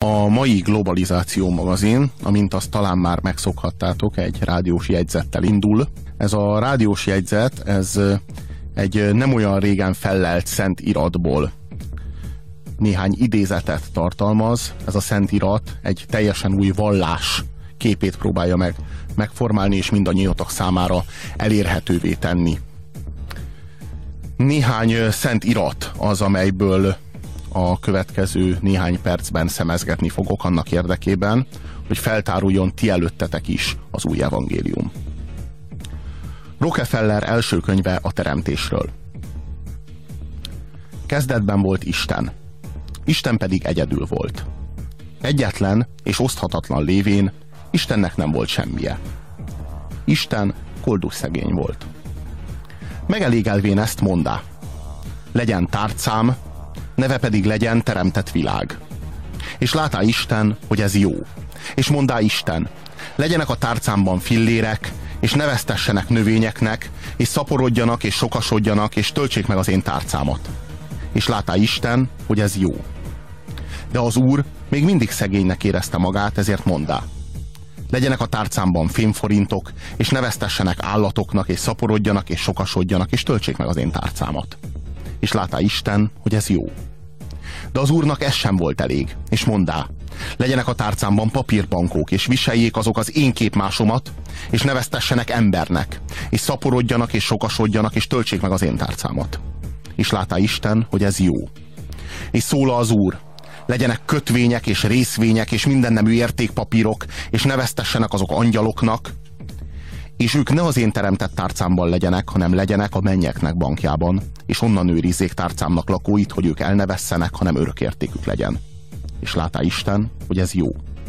A mai Globalizáció magazin, amint azt talán már megszokhattátok, egy rádiós jegyzettel indul. Ez a rádiós jegyzet, ez egy nem olyan régen fellelt szent iratból néhány idézetet tartalmaz. Ez a szent irat egy teljesen új vallás képét próbálja megformálni, és mindannyiatok számára elérhetővé tenni. Néhány szent irat az, amelyből a következő néhány percben szemezgetni fogok annak érdekében, hogy feltáruljon ti előttetek is az új evangélium. Rockefeller első könyve a teremtésről. Kezdetben volt Isten. Isten pedig egyedül volt. Egyetlen és oszthatatlan lévén Istennek nem volt semmije. Isten koldus szegény volt. Megelégelvén ezt mondá: legyen tárcám, neve pedig legyen teremtett világ. És látá Isten, hogy ez jó. És mondá Isten: legyenek a tárcámban fillérek, és neveztessenek növényeknek, és szaporodjanak, és sokasodjanak, és töltsék meg az én tárcámat. És látá Isten, hogy ez jó. De az Úr még mindig szegénynek érezte magát, ezért mondá: legyenek a tárcámban fémforintok, és neveztessenek állatoknak, és szaporodjanak, és sokasodjanak, és töltsék meg az én tárcámat. És látá Isten, hogy ez jó. De az Úrnak ez sem volt elég, és mondá: legyenek a tárcámban papírbankók, és viseljék azok az én képmásomat, és neveztessenek embernek, és szaporodjanak, és sokasodjanak, és töltsék meg az én tárcámat. És látá Isten, hogy ez jó. És szóla az Úr: legyenek kötvények, és részvények, és mindennemű értékpapírok, és neveztessenek azok angyaloknak, és ők ne az én teremtett tárcámban legyenek, hanem legyenek a mennyeknek bankjában, és onnan őrizzék tárcámnak lakóit, hogy ők el ne vesszenek, hanem örökértékük legyen. És látá Isten, hogy ez jó.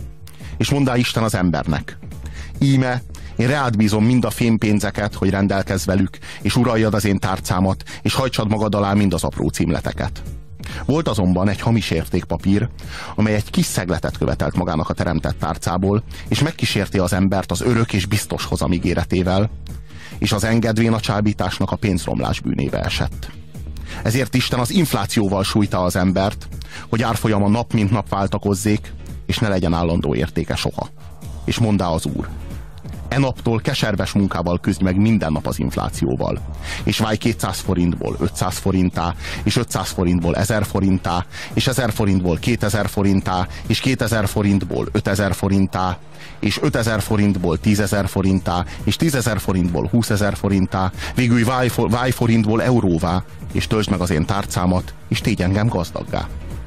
És mondá Isten az embernek: íme, én reád bízom mind a fémpénzeket, hogy rendelkezz velük, és uraljad az én tárcámat, és hajtsad magad alá mind az apró címleteket. Volt azonban egy hamis értékpapír, amely egy kis szegletet követelt magának a teremtett tárcából, és megkísérti az embert az örök és biztos hozam ígéretével, és az engedvén a csábításnak a pénzromlás bűnébe esett. Ezért Isten az inflációval sújta az embert, hogy árfolyama nap mint nap váltakozzék, és ne legyen állandó értéke soha. És mondá az Úr: e naptól keserves munkával küzdj meg minden nap az inflációval, és válj 200 forintból 500 forinttá, és 500 forintból 1000 forinttá, és 1000 forintból 2000 forinttá, és 2000 forintból 5000 forinttá, és 5000 forintból 10.000 forinttá, és 10.000 forintból 20.000 forinttá, végül válj forintból euróvá, és töltsd meg az én tárcámat, és tégy engem gazdaggá.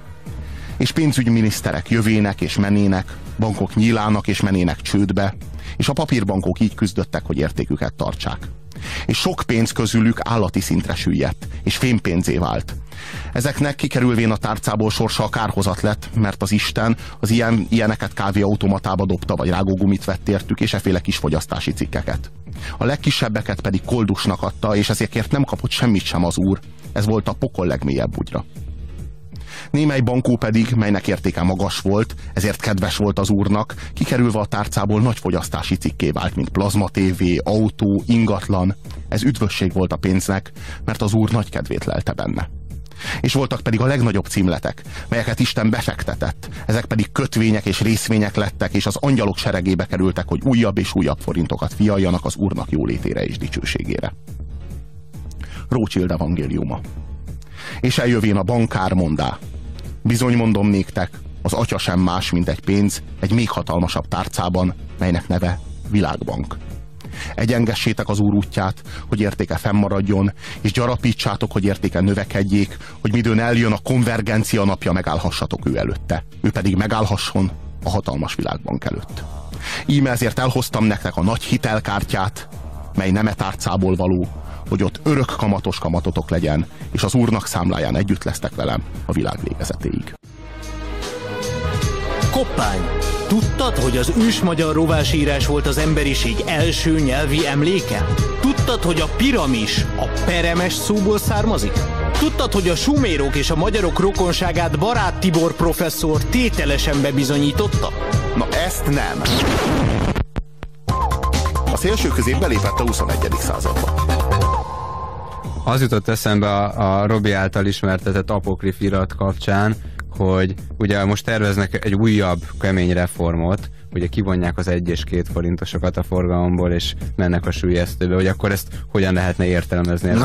És pénzügyminiszterek jövének és menének, bankok nyílának és menének csődbe, és a papírbankok így küzdöttek, hogy értéküket tartsák. És sok pénz közülük állati szintre süllyedt, és fémpénzé vált. Ezeknek kikerülvén a tárcából sorsa a kárhozat lett, mert az Isten az ilyeneket kávéautomatába dobta, vagy rágógumit vett értük, és efféle kis fogyasztási cikkeket. A legkisebbeket pedig koldusnak adta, és ezekért nem kapott semmit sem az Úr. Ez volt a pokol legmélyebb bugyra. Némely bankó pedig, melynek értéke magas volt, ezért kedves volt az Úrnak, kikerülve a tárcából nagy fogyasztási cikké vált, mint plazmatévé, autó, ingatlan. Ez üdvösség volt a pénznek, mert az Úr nagy kedvét lelte benne. És voltak pedig a legnagyobb címletek, melyeket Isten befektetett, ezek pedig kötvények és részvények lettek, és az angyalok seregébe kerültek, hogy újabb és újabb forintokat fialjanak az Úrnak jólétére és dicsőségére. Rothschild evangéliuma. És eljövén a bankár mondá: bizony mondom néktek, az atya sem más, mint egy pénz, egy még hatalmasabb tárcában, melynek neve Világbank. Egyengessétek az Úr útját, hogy értéke fennmaradjon, és gyarapítsátok, hogy értéke növekedjék, hogy midőn eljön a konvergencia napja, megállhassatok ő előtte. Ő pedig megállhasson a hatalmas Világbank előtt. Íme ezért elhoztam nektek a nagy hitelkártyát, mely neme tárcából való, hogy ott örök kamatos kamatotok legyen, és az Úrnak számláján együtt lesztek velem a világ végezetéig. Koppány! Tudtad, hogy az ősmagyar rovásírás volt az emberiség első nyelvi emléke? Tudtad, hogy a piramis a peremes szóból származik? Tudtad, hogy a sumérok és a magyarok rokonságát Barát Tibor professzor tételesen bebizonyította? Na ezt nem! A szélső közép belépett a 21. századba. Az jutott eszembe a Robi által ismertetett apokrif irat kapcsán, hogy ugye most terveznek egy újabb kemény reformot, ugye kivonják az 1 és 2 forintosokat a forgalomból, és mennek a süllyesztőbe, hogy akkor ezt hogyan lehetne értelmezni? Ez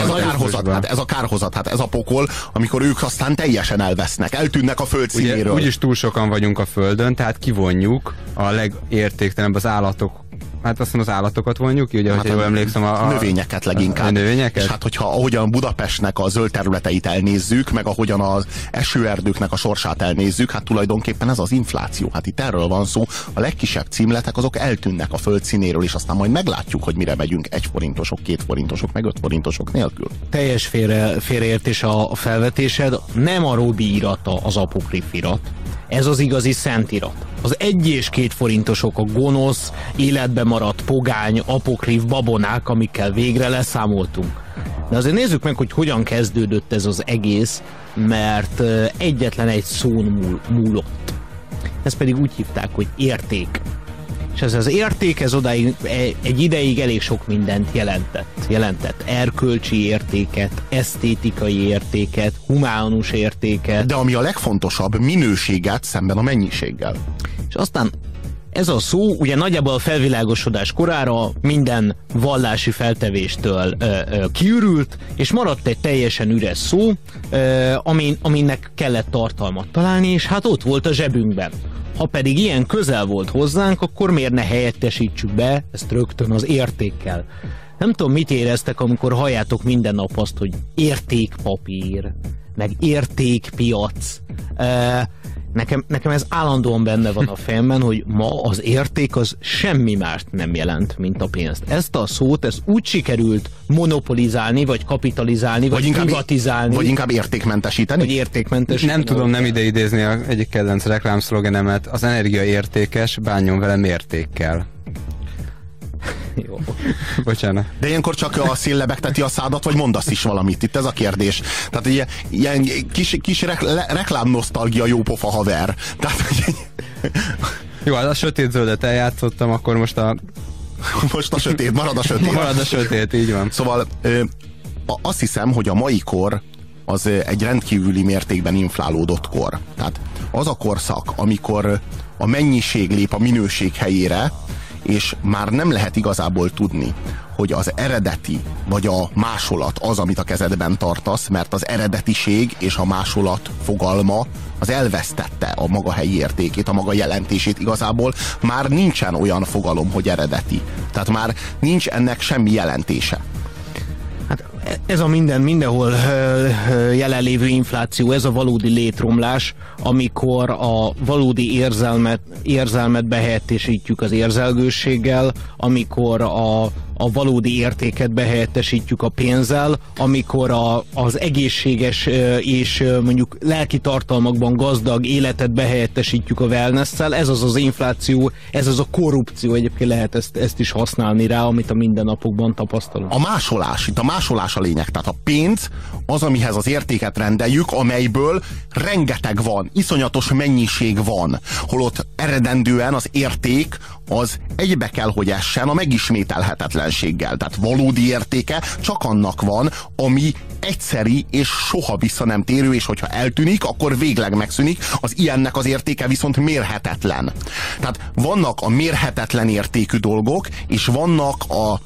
a kárhozat, hát ez a pokol, amikor ők aztán teljesen elvesznek, eltűnnek a föld színéről. Úgyis túl sokan vagyunk a földön, tehát kivonjuk a legértéktelenebb az állatok. Hát azt mondom, az állatokat vonjuk ki, ugye, hát jól emlékszem, a növényeket leginkább. A növényeket? És hát, hogyha ahogyan Budapestnek a zöld területeit elnézzük, meg ahogyan az esőerdőknek a sorsát elnézzük, hát tulajdonképpen ez az infláció. Hát itt erről van szó. A legkisebb címletek azok eltűnnek a föld színéről, és aztán majd meglátjuk, hogy mire megyünk 1 forintosok, 2 forintosok, meg 5 forintosok nélkül. Teljes félreértés a felvetésed. Nem a Rodi irata az apokrif irat. Ez az igazi szentirat. Az 1 és 2 forintosok a gonosz, életbe maradt pogány, apokrif babonák, amikkel végre leszámoltunk. De azért nézzük meg, hogy hogyan kezdődött ez az egész, mert egyetlen egy szón múlott. Ezt pedig úgy hívták, hogy érték. És ez az érték, ez odáig, egy ideig elég sok mindent jelentett. Erkölcsi értéket, esztétikai értéket, humánus értéket. De ami a legfontosabb, minőséget szemben a mennyiséggel. És aztán ez a szó ugye nagyjából a felvilágosodás korára minden vallási feltevéstől kiürült, és maradt egy teljesen üres szó, aminek kellett tartalmat találni, és hát ott volt a zsebünkben. Ha pedig ilyen közel volt hozzánk, akkor miért ne helyettesítsük be ezt rögtön az értékkel? Nem tudom, mit éreztek, amikor halljátok minden nap azt, hogy értékpapír, meg értékpiac. Nekem ez állandóan benne van a fejemben, hogy ma az érték az semmi mást nem jelent, mint a pénzt. Ezt a szót, ezt úgy sikerült monopolizálni, vagy kapitalizálni, vagy privatizálni. Vagy inkább értékmentesíteni? Vagy értékmentesíteni. Nem tudom nem ide idézni egyik kedvenc reklámszlogenemet. Az energia értékes, bánjon vele mértékkel. Jó. Bocsánat. De ilyenkor csak a szél lebegteti a szádat, vagy mondasz is valamit? Itt ez a kérdés. Tehát ilyen kis reklámnosztalgia jópofa haver. Tehát, jó, a sötét zöldet eljátszottam, akkor most a sötét, marad a sötét. Marad a sötét, így van. Szóval azt hiszem, hogy a mai kor az egy rendkívüli mértékben inflálódott kor. Tehát az a korszak, amikor a mennyiség lép a minőség helyére, és már nem lehet igazából tudni, hogy az eredeti vagy a másolat az, amit a kezedben tartasz, mert az eredetiség és a másolat fogalma az elvesztette a maga helyi értékét, a maga jelentését igazából. Már nincsen olyan fogalom, hogy eredeti. Tehát már nincs ennek semmi jelentése. Hát ez a mindenhol jelenlévő infláció, ez a valódi létromlás, amikor a valódi érzelmet behelyettesítjük az érzelgősséggel, amikor a valódi értéket behelyettesítjük a pénzzel, amikor az egészséges és mondjuk lelki tartalmakban gazdag életet behelyettesítjük a wellness-szel. Ez az az infláció, ez az a korrupció, egyébként lehet ezt is használni rá, amit a mindennapokban tapasztalunk. A másolás, itt a másolás a lényeg. Tehát a pénz az, amihez az értéket rendeljük, amelyből rengeteg van, iszonyatos mennyiség van, holott eredendően az érték az egybe kell, hogy essen a megismételhetetlenséggel. Tehát valódi értéke csak annak van, ami egyszeri és soha vissza nem térő, és hogyha eltűnik, akkor végleg megszűnik. Az ilyennek az értéke viszont mérhetetlen. Tehát vannak a mérhetetlen értékű dolgok, és vannak a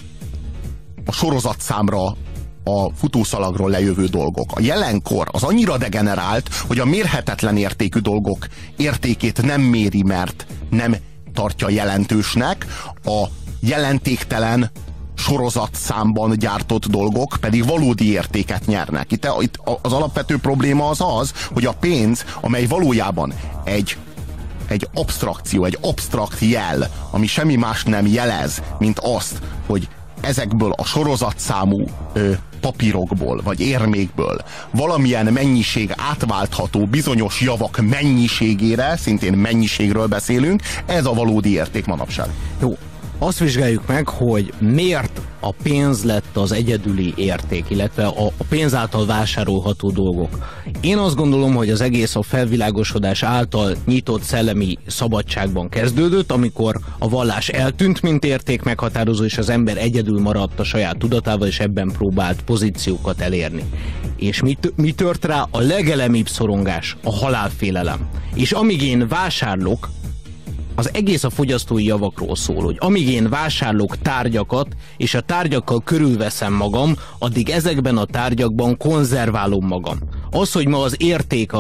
sorozatszámra, a futószalagról lejövő dolgok. A jelenkor az annyira degenerált, hogy a mérhetetlen értékű dolgok értékét nem méri, mert nem tartja jelentősnek, a jelentéktelen sorozatszámban gyártott dolgok pedig valódi értéket nyernek. Itt az alapvető probléma az, hogy a pénz, amely valójában egy absztrakció, egy absztrakt jel, ami semmi más nem jelez, mint azt, hogy ezekből a sorozatszámú papírokból, vagy érmékből valamilyen mennyiség átváltható bizonyos javak mennyiségére, szintén mennyiségről beszélünk, ez a valódi érték manapság. Jó, azt vizsgáljuk meg, hogy miért a pénz lett az egyedüli érték, illetve a pénz által vásárolható dolgok. Én azt gondolom, hogy az egész a felvilágosodás által nyitott szellemi szabadságban kezdődött, amikor a vallás eltűnt, mint érték meghatározó, és az ember egyedül maradt a saját tudatával, és ebben próbált pozíciókat elérni. És mi tört rá? A legelemibb szorongás, a halálfélelem. És amíg én vásárlok, az egész a fogyasztói javakról szól, hogy amíg én vásárlok tárgyakat, és a tárgyakkal körülveszem magam, addig ezekben a tárgyakban konzerválom magam. Az, hogy ma az érték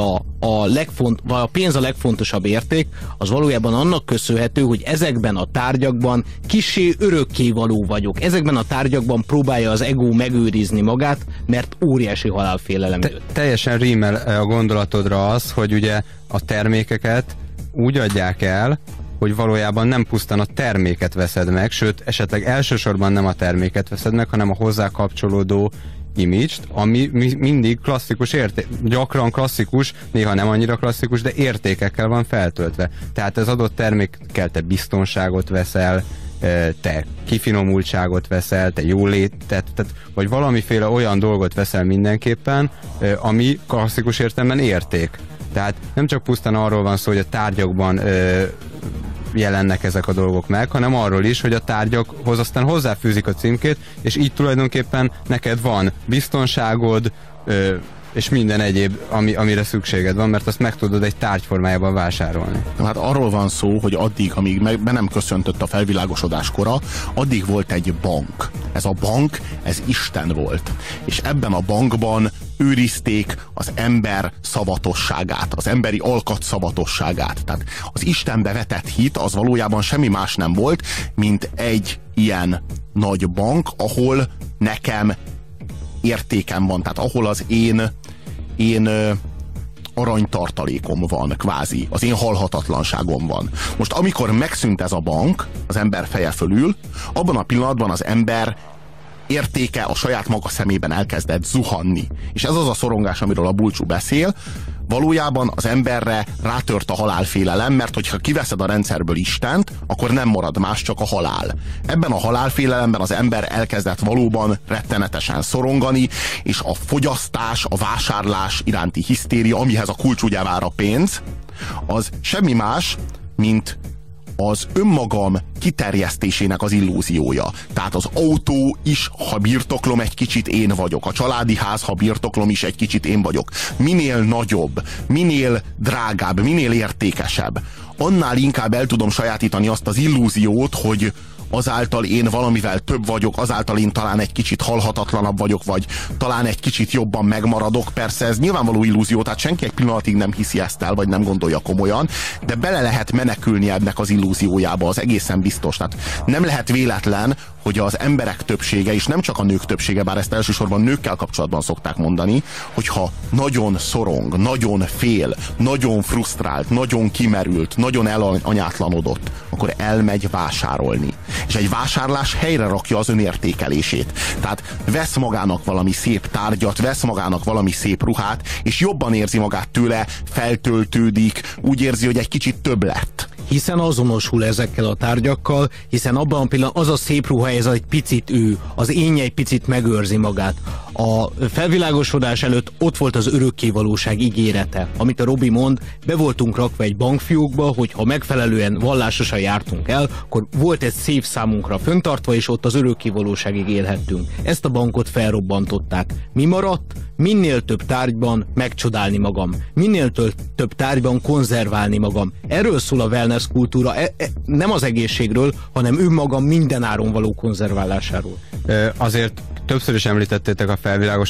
a pénz a legfontosabb érték, az valójában annak köszönhető, hogy ezekben a tárgyakban kissé örökkévaló vagyok. Ezekben a tárgyakban próbálja az ego megőrizni magát, mert óriási halálfélelem jött. Teljesen rímel a gondolatodra az, hogy ugye a termékeket úgy adják el, hogy valójában nem pusztán a terméket veszed meg, sőt, esetleg elsősorban nem a terméket veszed meg, hanem a hozzá kapcsolódó image-t, ami mindig klasszikus gyakran klasszikus, néha nem annyira klasszikus, de értékekkel van feltöltve. Tehát az adott termékkel te biztonságot veszel, te kifinomultságot veszel, te jólétet, vagy valamiféle olyan dolgot veszel mindenképpen, ami klasszikus értelemben érték. Tehát nem csak pusztán arról van szó, hogy a tárgyakban jelennek ezek a dolgok meg, hanem arról is, hogy a tárgyakhoz aztán hozzáfűzik a címkét, és így tulajdonképpen neked van biztonságod, és minden egyéb, amire szükséged van, mert azt meg tudod egy tárgyformájában vásárolni. Hát arról van szó, hogy addig, amíg be nem köszöntött a felvilágosodás kora, addig volt egy bank. Ez a bank, ez Isten volt. És ebben a bankban őrizték az ember szavatosságát, az emberi alkat szavatosságát. Tehát az Istenbe vetett hit az valójában semmi más nem volt, mint egy ilyen nagy bank, ahol nekem értékem van, tehát ahol az én aranytartalékom van, kvázi, az én halhatatlanságom van. Most amikor megszűnt ez a bank az ember feje fölül, abban a pillanatban az ember értéke a saját maga szemében elkezdett zuhanni. És ez az a szorongás, amiről a Bulcsú beszél, valójában az emberre rátört a halálfélelem, mert hogyha kiveszed a rendszerből Istent, akkor nem marad más, csak a halál. Ebben a halálfélelemben az ember elkezdett valóban rettenetesen szorongani, és a fogyasztás, a vásárlás iránti hisztéria, amihez a kulcs ugye vár a pénz, az semmi más, mint az önmagam kiterjesztésének az illúziója. Tehát az autó is, ha birtoklom, egy kicsit én vagyok. A családi ház, ha birtoklom is, egy kicsit én vagyok. Minél nagyobb, minél drágább, minél értékesebb, annál inkább el tudom sajátítani azt az illúziót, hogy azáltal én valamivel több vagyok, azáltal én talán egy kicsit halhatatlanabb vagyok, vagy talán egy kicsit jobban megmaradok. Persze ez nyilvánvaló illúzió, tehát senki egy pillanatig nem hiszi ezt el, vagy nem gondolja komolyan, de bele lehet menekülni ennek az illúziójába, az egészen biztos. Tehát nem lehet véletlen, hogy az emberek többsége, és nem csak a nők többsége, bár ezt elsősorban nőkkel kapcsolatban szokták mondani, hogyha nagyon szorong, nagyon fél, nagyon frusztrált, nagyon kimerült, nagyon elanyátlanodott, akkor elmegy vásárolni. És egy vásárlás helyre rakja az önértékelését. Tehát vesz magának valami szép tárgyat, vesz magának valami szép ruhát, és jobban érzi magát tőle, feltöltődik, úgy érzi, hogy egy kicsit több lett. Hiszen azonosul ezekkel a tárgyakkal, hiszen abban a pillanatban az a szép ruha, ez egy picit ő, az énje egy picit megőrzi magát. A felvilágosodás előtt ott volt az örökkévalóság ígérete, amit a Robi mond, be voltunk rakva egy bankfiókba, hogy ha megfelelően vallásosan jártunk el, akkor volt egy szép számunkra föntartva, és ott az örökkévalóságig élhettünk. Ezt a bankot felrobbantották. Mi maradt? Minél több tárgyban megcsodálni magam. Minél több tárgyban konzerválni magam. Erről szól a wellness kultúra, nem az egészségről, hanem önmagam mindenáron való konzerválásáról. Azért többször is említettétek a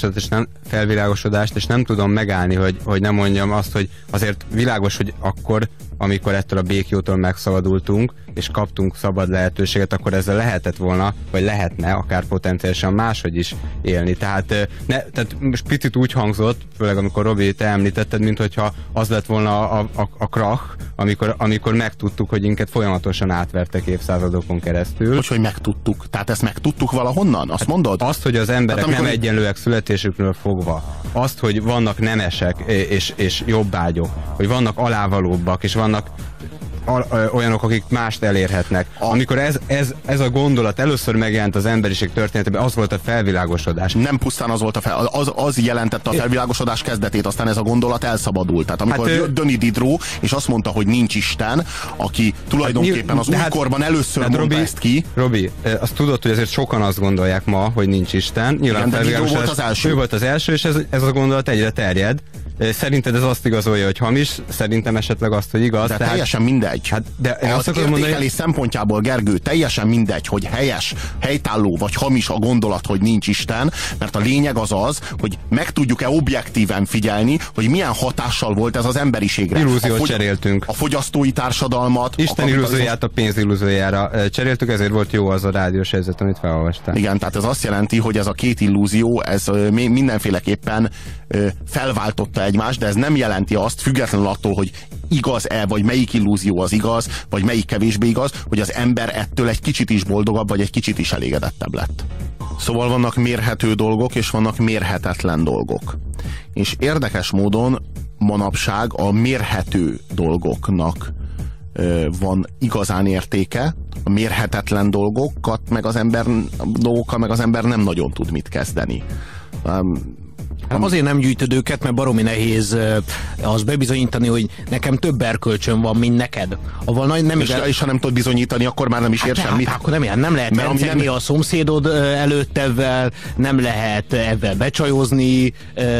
felvilágosodást, és nem tudom megállni, hogy nem mondjam azt, hogy azért világos, hogy akkor, amikor ettől a békjótól megszabadultunk, és kaptunk szabad lehetőséget, akkor ezzel lehetett volna, vagy lehetne akár potenciálisan máshogy is élni. Tehát most picit úgy hangzott, főleg amikor Robi, te említetted, minthogyha az lett volna a krach, amikor megtudtuk, hogy minket folyamatosan átvertek évszázadokon keresztül. Hogy megtudtuk? Tehát ezt megtudtuk valahonnan? Azt mondod? Azt, hogy az emberek nem egyenlőek születésükről fogva. Azt, hogy vannak nemesek és jobbágyok, hogy vannak alávalóbbak, és vannak olyanok, akik mást elérhetnek. Amikor ez a gondolat először megjelent az emberiség történetében, az volt a felvilágosodás. Nem pusztán az volt az jelentette a felvilágosodás kezdetét, aztán ez a gondolat elszabadult. Tehát amikor Denis Diderot, és azt mondta, hogy nincs Isten, aki tulajdonképpen az újkorban először mondta ezt ki. Robi, azt tudod, hogy azért sokan azt gondolják ma, hogy nincs Isten. Nyilván volt az első. Ő volt az első, és ez a gondolat egyre terjed. Szerinted ez azt igazolja, hogy hamis? Szerintem esetleg azt, hogy igaz. De teljesen mindegy. Hát, de az értékelés szempontjából, Gergő, teljesen mindegy, hogy helyes, helytálló vagy hamis a gondolat, hogy nincs Isten, mert a lényeg az, hogy meg tudjuk-e objektíven figyelni, hogy milyen hatással volt ez az emberiségre. Illúziót cseréltünk. A fogyasztói társadalmat. Isten illúzióját a pénz illúziójára cseréltük, ezért volt jó az a rádiós helyzet, amit felolvastál. Igen, tehát ez azt jelenti, hogy ez a két illúzió, ez mindenféleképpen felváltotta egymást, de ez nem jelenti azt, függetlenül attól, hogy igaz-e, vagy melyik illúzió az igaz, vagy melyik kevésbé igaz, hogy az ember ettől egy kicsit is boldogabb, vagy egy kicsit is elégedettebb lett. Szóval vannak mérhető dolgok, és vannak mérhetetlen dolgok. És érdekes módon manapság a mérhető dolgoknak van igazán értéke, a mérhetetlen dolgokkal meg az ember nem nagyon tud mit kezdeni. Azért nem gyűjtöd őket, mert baromi nehéz az bebizonyítani, hogy nekem több erkölcsön van, mint neked. És ha nem tudod bizonyítani, akkor már nem is ér semmit. Akkor nem lehet rencegni a szomszédod előtt ebben, nem lehet ebben becsajozni,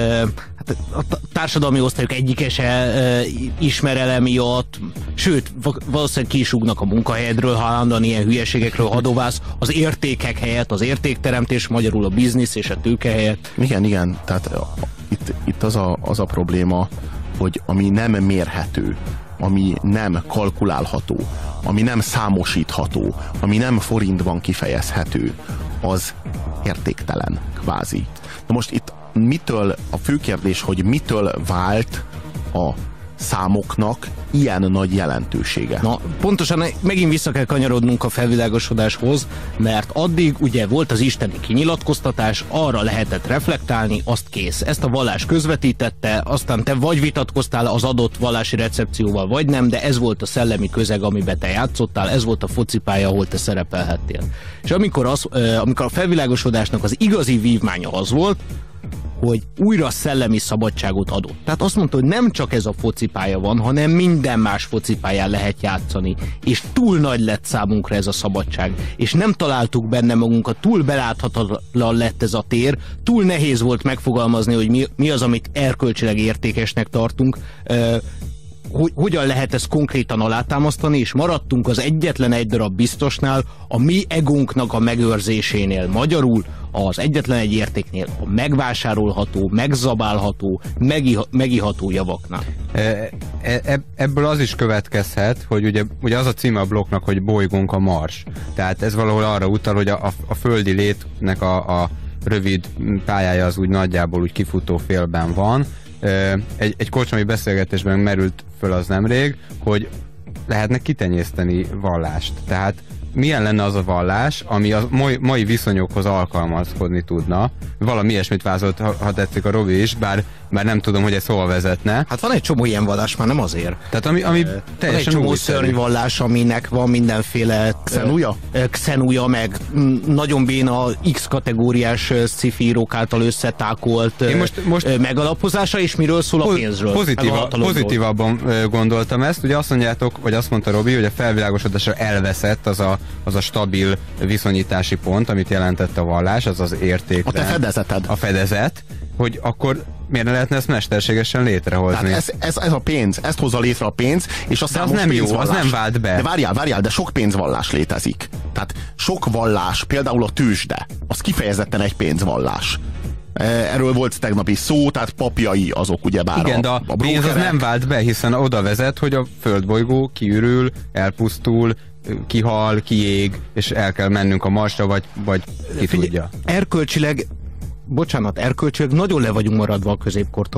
a társadalmi osztályok egyike se ismer el emiatt, sőt, valószínűleg ki is ugnak a munkahelyedről, ha állandóan ilyen hülyeségekről hadoválsz, az értékek helyett, az értékteremtés, magyarul a biznisz és a tőke helyett. Igen, tehát itt az a probléma, hogy ami nem mérhető, ami nem kalkulálható, ami nem számosítható, ami nem forintban kifejezhető, az értéktelen, kvázi. Na most itt a fő kérdés, hogy mitől vált a számoknak ilyen nagy jelentősége? Na, pontosan megint vissza kell kanyarodnunk a felvilágosodáshoz, mert addig ugye volt az isteni kinyilatkoztatás, arra lehetett reflektálni, azt kész. Ezt a vallás közvetítette, aztán te vagy vitatkoztál az adott vallási recepcióval, vagy nem, de ez volt a szellemi közeg, amiben te játszottál, ez volt a focipálya, ahol te szerepelhettél. És amikor a felvilágosodásnak az igazi vívmánya az volt, hogy újra szellemi szabadságot adott. Tehát azt mondta, hogy nem csak ez a focipálya van, hanem minden más focipályán lehet játszani. És túl nagy lett számunkra ez a szabadság. És nem találtuk benne magunkat, túl beláthatatlan lett ez a tér, túl nehéz volt megfogalmazni, hogy mi az, amit erkölcsileg értékesnek tartunk, hogyan lehet ezt konkrétan alátámasztani, és maradtunk az egyetlen egy darab biztosnál, a mi egónknak a megőrzésénél. Magyarul az egyetlen egy értéknél, a megvásárolható, megzabálható, megiható javaknál. Ebből az is következhet, hogy ugye az a címe a blokknak, hogy bolygónk a Mars. Tehát ez valahol arra utal, hogy a földi létnek a rövid pályája az úgy nagyjából úgy kifutó félben van. Egy kocsmai beszélgetésben merült föl az nemrég, hogy lehetne kitenyészteni vallást. Tehát milyen lenne az a vallás, ami a mai viszonyokhoz alkalmazkodni tudna. Valami ilyesmit vázolt, ha tetszik a Robi is, bár nem tudom, hogy ez hova vezetne. Hát van egy csomó ilyen vallás, már nem azért. Tehát ami teljesen egy csomó szörnyvallás, aminek van mindenféle xenúja, meg nagyon béna X kategóriás sci-fi-írók által összetákolt megalapozása, és miről szól a pénzről. Pozitívabban gondoltam ezt. Ugye azt mondjátok, vagy azt mondta Robi, hogy a felvilágosodásra elveszett az a stabil viszonyítási pont, amit jelentett a vallás, az az érték. A te fedezeted. A fedezet, hogy akkor miért ne lehetne ezt mesterségesen létrehozni? Tehát ez a pénz, ezt hozza létre a pénz, és aztán az nem jó, az nem vált be. De várjál, de sok pénzvallás létezik. Tehát sok vallás, például a tőzsde, az kifejezetten egy pénzvallás. Erről volt tegnap is szó, tehát papjai azok ugyebár. Igen, de a pénz az nem vált be, hiszen oda vezet, hogy a földbolygó kiürül, elpusztul, kihal, kiég, és el kell mennünk a Marsra, vagy ki tudja. Erkölcsileg nagyon le vagyunk maradva a középkortól.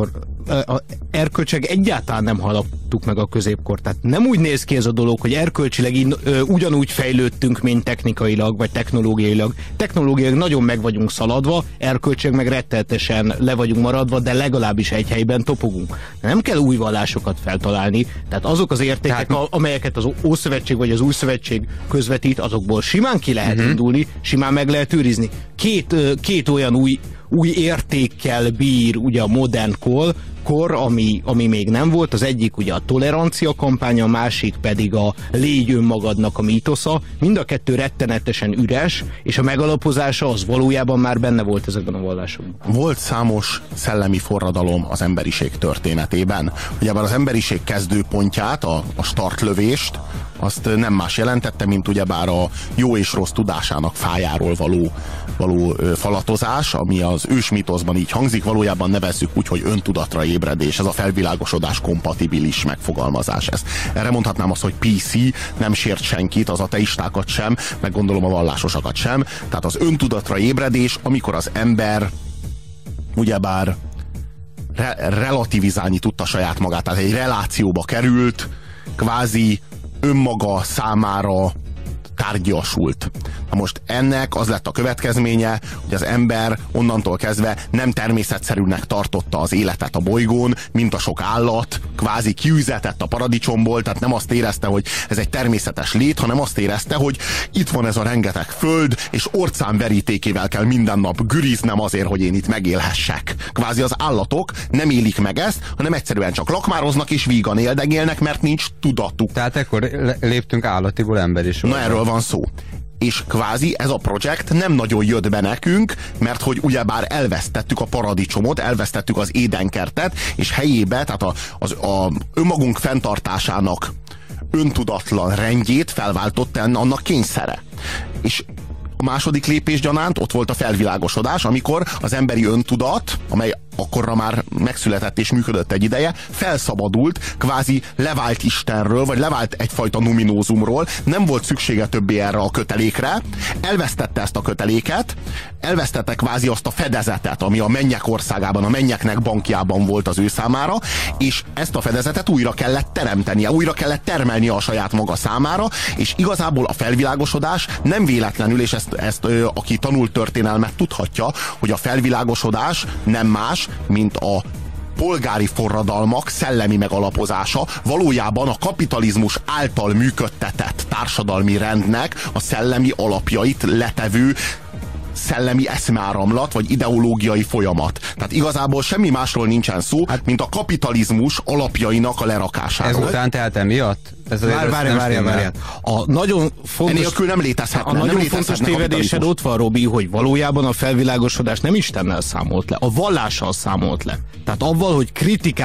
erkölcsileg egyáltalán nem haladtuk meg a középkort. Tehát nem úgy néz ki ez a dolog, hogy erkölcsileg ugyanúgy fejlődtünk, mint technikailag, vagy technológiailag. Technológiailag nagyon meg vagyunk szaladva, erkölcsileg meg rettenetesen le vagyunk maradva, de legalábbis egy helyben topogunk. De nem kell új vallásokat feltalálni, tehát azok az értékek, amelyeket az Ószövetség vagy az Új Szövetség közvetít, azokból simán ki lehet indulni, simán meg lehet őrizni. Két olyan új értékkel bír ugye a modern kor, ami még nem volt. Az egyik ugye a tolerancia kampánya, a másik pedig a légy önmagadnak a mítosza. Mind a kettő rettenetesen üres, és a megalapozása az valójában már benne volt ezekben a vallásokban. Volt számos szellemi forradalom az emberiség történetében. Ugyebár az emberiség kezdőpontját, a startlövést, azt nem más jelentette, mint ugyebár a jó és rossz tudásának fájáról való falatozás, ami az ősmitoszban így hangzik, valójában nevezzük úgy, hogy öntudatra ébredés. Ez a felvilágosodás kompatibilis megfogalmazás. Erre mondhatnám azt, hogy PC nem sért senkit, az ateistákat sem, meg gondolom a vallásosakat sem. Tehát az öntudatra ébredés, amikor az ember ugyebár relativizálni tudta saját magát, tehát egy relációba került, kvázi önmaga számára tárgyasult. Na most ennek az lett a következménye, hogy az ember onnantól kezdve nem természetszerűnek tartotta az életet a bolygón, mint a sok állat, kvázi kiüzetett a paradicsomból, tehát nem azt érezte, hogy ez egy természetes lét, hanem azt érezte, hogy itt van ez a rengeteg föld, és orcám verítékével kell minden nap güriznem azért, hogy én itt megélhessek. Kvázi az állatok nem élik meg ezt, hanem egyszerűen csak lakmároznak és vígan éldegélnek, mert nincs tudatuk. Tehát ekkor léptünk állatiból emberi sorba. Na, erről van szó. És kvázi ez a projekt nem nagyon jött be nekünk, mert hogy ugyebár elvesztettük a paradicsomot, elvesztettük az édenkertet, és helyébe, tehát a önmagunk fenntartásának öntudatlan rendjét felváltott annak kényszere. És a második lépés gyanánt ott volt a felvilágosodás, amikor az emberi öntudat, amely akkorra már megszületett és működött egy ideje, felszabadult, kvázi levált Istenről, vagy levált egyfajta numinózumról, nem volt szüksége többé erre a kötelékre, elvesztette ezt a köteléket, elvesztette kvázi azt a fedezetet, ami a mennyek országában, a mennyeknek bankjában volt az ő számára, és ezt a fedezetet újra kellett teremtenie, újra kellett termelnie a saját maga számára, és igazából a felvilágosodás nem véletlenül, és ezt aki tanult történelmet tudhatja, hogy a felvilágosodás nem más, mint a polgári forradalmak szellemi megalapozása, valójában a kapitalizmus által működtetett társadalmi rendnek a szellemi alapjait letevő szellemi eszmeáramlat, vagy ideológiai folyamat. Tehát igazából semmi másról nincsen szó, mint a kapitalizmus alapjainak a lerakásáról. Ezután tehát emiatt? Várjál. A nagyon fontos, enélkül nem létezhetne. A nagyon fontos tévedésed ott van, Robi, hogy valójában a felvilágosodás nem Istennel számolt le, a vallással számolt le. Tehát avval, hogy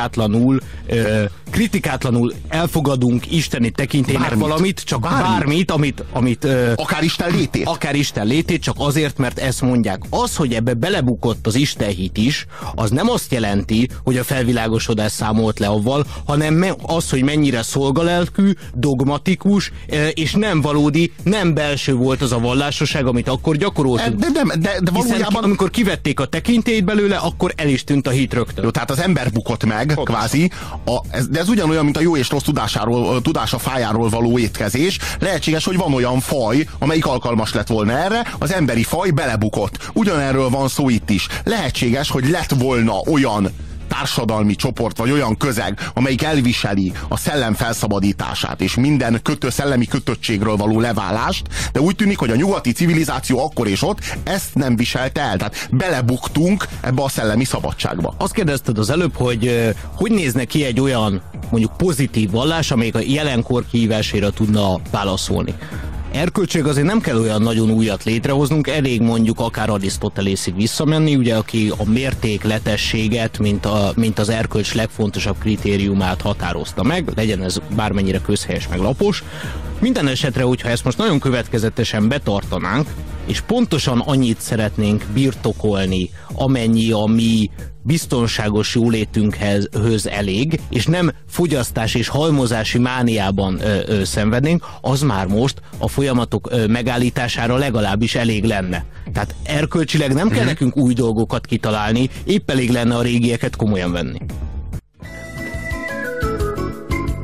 kritikátlanul elfogadunk isteni tekintélynek valamit, csak bármit, amit akár Isten létét, csak azért, mert ezt mondják. Az, hogy ebbe belebukott az istenhit is, az nem azt jelenti, hogy a felvilágosodás számolt le avval, hanem az, hogy mennyire szolgalelkű, dogmatikus, és nem valódi, nem belső volt az a vallásosság, amit akkor gyakoroltunk. De valójában... amikor kivették a tekintélyt belőle, akkor el is tűnt a hit rögtön. Jó, tehát az ember bukott meg, kvázi, de ez ugyanolyan, mint a jó és rossz tudása fájáról való étkezés. Lehetséges, hogy van olyan faj, amelyik alkalmas lett volna erre, az emberi faj belebukott. Ugyanerről van szó itt is. Lehetséges, hogy lett volna olyan társadalmi csoport, vagy olyan közeg, amelyik elviseli a szellem felszabadítását, és minden szellemi kötöttségről való leválást, de úgy tűnik, hogy a nyugati civilizáció akkor és ott ezt nem viselte el. Tehát belebuktunk ebbe a szellemi szabadságba. Azt kérdezted az előbb, hogy nézne ki egy olyan, mondjuk pozitív vallás, amelyik a jelenkor kihívására tudna válaszolni. Erkölcsileg azért nem kell olyan nagyon újat létrehoznunk, elég mondjuk akár Arisztotelészig visszamenni, ugye, aki a mértékletességet, mint az erkölcs legfontosabb kritériumát határozta meg, legyen ez bármennyire közhelyes meg lapos. Minden esetre, hogyha ezt most nagyon következetesen betartanánk, és pontosan annyit szeretnénk birtokolni, amennyi a mi biztonságos jólétünkhöz elég, és nem fogyasztás és halmozási mániában szenvednénk, az már most a folyamatok megállítására legalábbis elég lenne. Tehát erkölcsileg nem kell nekünk új dolgokat kitalálni, épp elég lenne a régieket komolyan venni.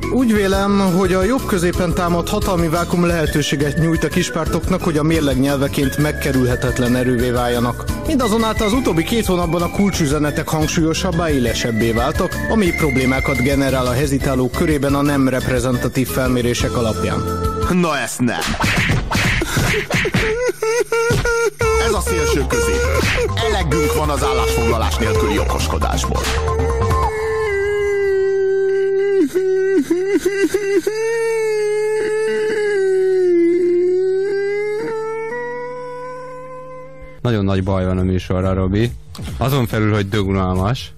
Úgy vélem, hogy a jobb középen támad hatalmi vákum lehetőséget nyújt a kispártoknak, hogy a mérleg nyelveként megkerülhetetlen erővé váljanak. Mindazonáltal az utóbbi 2 hónapban a kulcsüzenetek hangsúlyosabbá, élesebbé váltak, ami problémákat generál a hezitálók körében a nem reprezentatív felmérések alapján. Na ezt nem! Ez a szélső közép. Elegünk van az állásfoglalás nélküli okoskodásból. Nagyon nagy baj van a műsorra, Robi. Azon felül, hogy dögunalmas,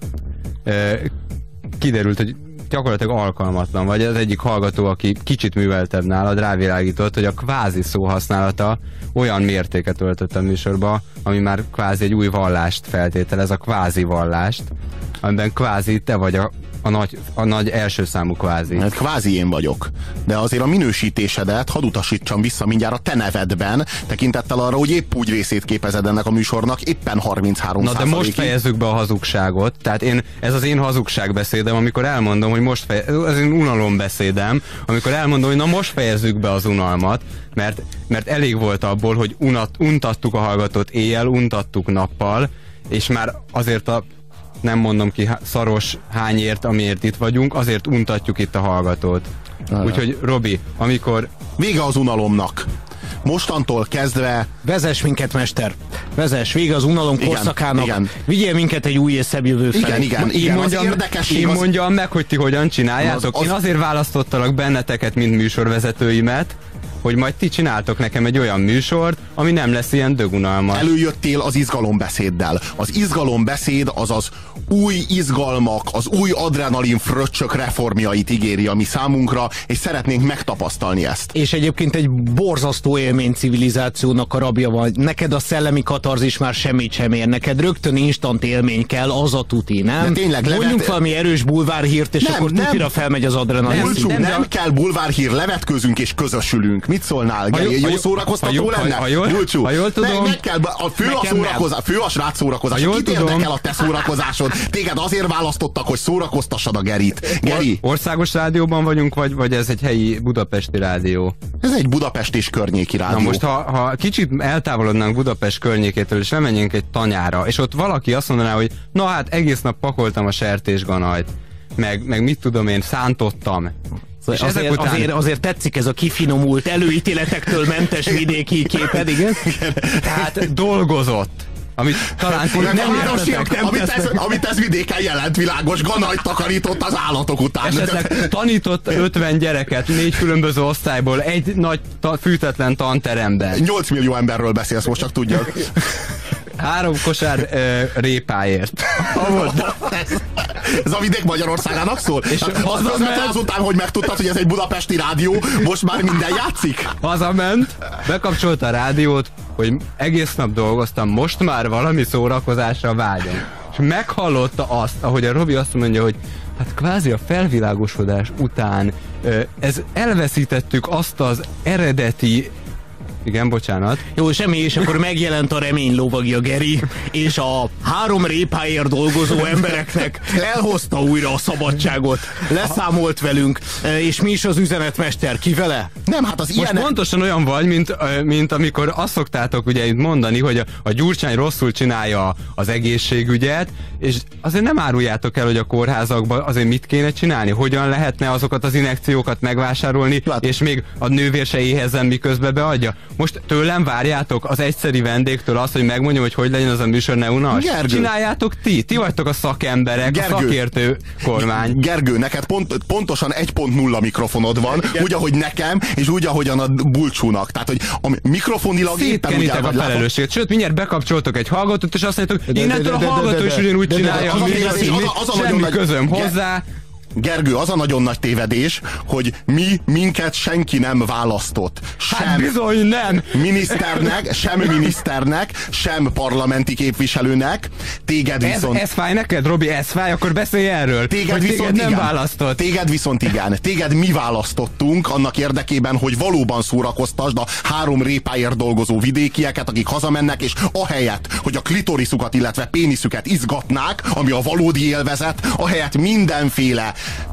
kiderült, hogy gyakorlatilag alkalmatlan vagy. Az egyik hallgató, aki kicsit műveltebb nálad, rávilágított, hogy a kvázi szó használata olyan mértéket öltött a műsorba, ami már kvázi egy új vallást feltételez, a kvázi vallást, amiben kvázi te vagy a nagy első számú kvázi. Hát kvázi én vagyok. De azért a minősítésedet hadd utasítsam vissza mindjárt a te nevedben, tekintettel arra, hogy épp úgy részét képezed ennek a műsornak, éppen 33%. Na de most fejezzük be a hazugságot. Tehát ez az én hazugságbeszédem, amikor elmondom, hogy az én unalombeszédem, amikor elmondom, hogy na most fejezzük be az unalmat, mert elég volt abból, hogy untattuk a hallgatót éjjel, untattuk nappal, és már azért nem mondom ki szaros hányért, amiért itt vagyunk, azért untatjuk itt a hallgatót. Úgyhogy Robi, amikor... Vége az unalomnak. Mostantól kezdve... Vezess minket, mester! Vezess, vége az unalom korszakának. Igen. Vigyél minket egy új és szebb jövő felé. Én mondjam meg, hogy ti hogyan csináljátok. Én azért választottalak benneteket, mint műsorvezetőimet, hogy majd ti csináltok nekem egy olyan műsort, ami nem lesz ilyen dögunalmas. Előjöttél az izgalombeszéddel. Az izgalombeszéd az az új izgalmak, az új adrenalin fröccsök reformjait ígéri a mi számunkra, és szeretnénk megtapasztalni ezt. És egyébként egy borzasztó élmény civilizációnak a rabja van. Neked a szellemi katarzis már semmit sem ér. Neked rögtön instant élmény kell, az a tuti, nem? De tényleg, mondjunk valami erős bulvárhírt, és akkor tutira felmegy az adrenalin. Nem kell bulvárhír, levetkőzünk és közösülünk. Mit szólnál, Geri? Jó szórakoztató lenne? Ha jól tudom... Meg kell, fő a srác szórakozás. Kit érdekel a te szórakozásod? Téged azért választottak, hogy szórakoztassad a Gerit. Geri? Országos rádióban vagyunk, vagy ez egy helyi budapesti rádió? Ez egy Budapest és környéki rádió. Na most, ha kicsit eltávolodnánk Budapest környékétől, és lemenjünk egy tanyára, és ott valaki azt mondaná, hogy na hát egész nap pakoltam a sertésganajt, meg mit tudom én, szántottam. És azért tetszik ez a kifinomult, előítéletektől mentes vidéki képed, igen? Tehát dolgozott. Amit talán amit ez vidéken jelent, világos, ganajt takarított az állatok után. Esetleg tanított 50 gyereket 4 különböző osztályból egy nagy fűtetlen tanteremben. 8 millió emberről beszélsz, most csak tudjak. 3 kosár répáért. Ez a vidék Magyarországának szól? És azután, hogy megtudtad, hogy ez egy budapesti rádió, most már minden játszik? Hazament, bekapcsolta a rádiót, hogy egész nap dolgoztam, most már valami szórakozásra vágyom. És meghallotta azt, ahogy a Robi azt mondja, hogy hát kvázi a felvilágosodás után elveszítettük azt az eredeti... Igen, bocsánat. Jó, semmi, és akkor megjelent a remény lovagja, Geri, és a 3 répáért dolgozó embereknek elhozta újra a szabadságot, leszámolt velünk, és mi is az üzenetmester, ki vele? Nem, hát az most pontosan olyan vagy, mint amikor azt szoktátok ugye itt mondani, hogy a Gyurcsány rosszul csinálja az egészségügyet, és azért nem áruljátok el, hogy a kórházakban azért mit kéne csinálni, hogyan lehetne azokat az injekciókat megvásárolni, és még a nővér se éhezzen, miközben beadja. Most tőlem várjátok az egyszeri vendégtől azt, hogy megmondjam, hogy legyen az a műsor ne unas? Csináljátok ti vagytok a szakemberek, Gergő, a szakértő kormány. Gergő, neked pontosan 1.0 mikrofonod van, úgy, ahogy nekem, és úgy, ahogyan a Bulcsúnak. Tehát, hogy a mikrofonilag éppen úgy a felelősséget. Sőt, mindjárt bekapcsoltok egy hallgatót, és azt mondjátok, innentől a hallgató is ugyanúgy csinálja, semmi közöm hozzá. Gergő, az a nagyon nagy tévedés, hogy minket senki nem választott. Hát bizony nem! Miniszternek, sem parlamenti képviselőnek. Téged viszont... Ez fáj neked, Robi? Ez fáj? Akkor beszélj erről. Téged nem választott. Téged viszont igen. Téged mi választottunk annak érdekében, hogy valóban szórakoztasd a 3 répáért dolgozó vidékieket, akik hazamennek, és ahelyett, hogy a klitoriszukat, illetve péniszüket izgatnák, ami a valódi élvezet, ahelyett mindenféle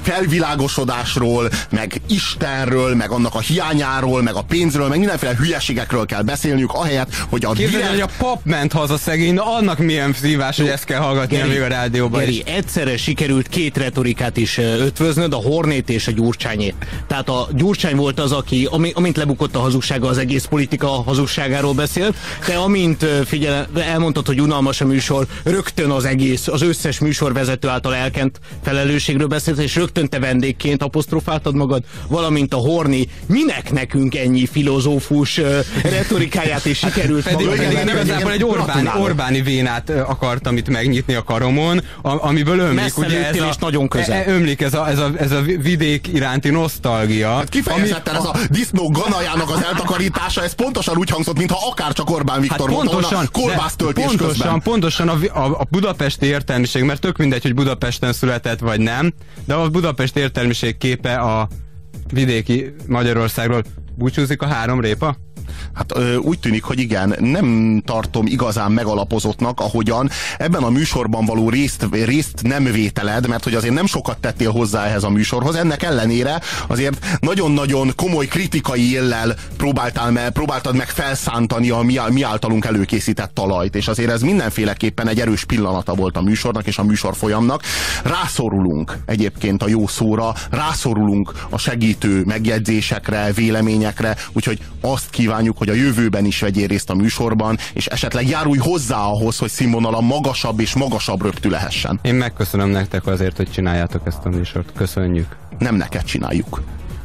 felvilágosodásról, meg Istenről, meg annak a hiányáról, meg a pénzről, meg mindenféle hülyeségekről kell beszélniük, ahelyett, hogy a Képzeld, hogy a pap ment haza szegény, na annak milyen szívás, hogy ezt kell hallgatnia még a rádióban. Geri, egyszerre sikerült két retorikát is ötvöznöd, a Hornét és a Gyurcsányét. Tehát a Gyurcsány volt az, aki, amint lebukott a hazugsága, az egész politika hazugságáról beszélt, de amint elmondtad, hogy unalmas a műsor, rögtön az összes műsorvezető által elkent felelősségről beszélt, és rögtön te vendégként apostrofáltad magad, valamint a Horni, minek nekünk ennyi filozófus retorikáját is sikerült pedig igazából egy Orbáni vénát akartam itt megnyitni a karomon, amiből ömlik, ugye ömlik ez a vidék iránti nosztalgia. Hát kifejezetten ez a disznó ganajának az eltakarítása, ez pontosan úgy hangzott, mintha akárcsak Orbán Viktor volt volna kolbásztöltés közben. Pontosan a budapesti értelmiség, mert tök mindegy, hogy Budapesten született vagy nem, de a budapesti értelmiség képe a vidéki Magyarországról búcsúzik a 3 répa? Hát úgy tűnik, hogy igen, nem tartom igazán megalapozottnak, ahogyan ebben a műsorban való részt nem vételed, mert hogy azért nem sokat tettél hozzá ehhez a műsorhoz, ennek ellenére azért nagyon-nagyon komoly kritikai éllel próbáltad meg felszántani a mi általunk előkészített talajt, és azért ez mindenféleképpen egy erős pillanata volt a műsornak és a műsor folyamnak. Rászorulunk egyébként a jó szóra, rászorulunk a segítő megjegyzésekre, véleményekre, úgyhogy azt kívánjuk, hogy a jövőben is vegyél részt a műsorban, és esetleg járulj hozzá ahhoz, hogy színvonala magasabb és magasabb röptű lehessen. Én megköszönöm nektek azért, hogy csináljátok ezt a műsort. Köszönjük. Nem neked csináljuk.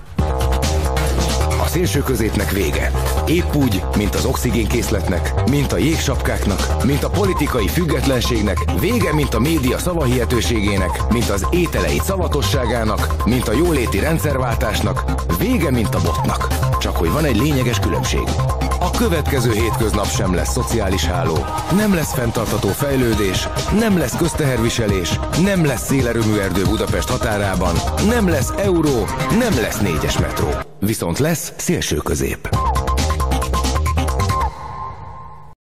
A szélsőközépnek vége. Épp úgy, mint az oxigénkészletnek, mint a jégsapkáknak, mint a politikai függetlenségnek, vége, mint a média szavahihetőségének, mint az ételei szavatosságának, mint a jóléti rendszerváltásnak, vége, mint a botnak. Csak hogy van egy lényeges különbség. A következő hétköznap sem lesz szociális háló, nem lesz fenntartható fejlődés, nem lesz közteherviselés, nem lesz szélerőműerdő Budapest határában, nem lesz euró, nem lesz 4-es metró. Viszont lesz szélsőközép.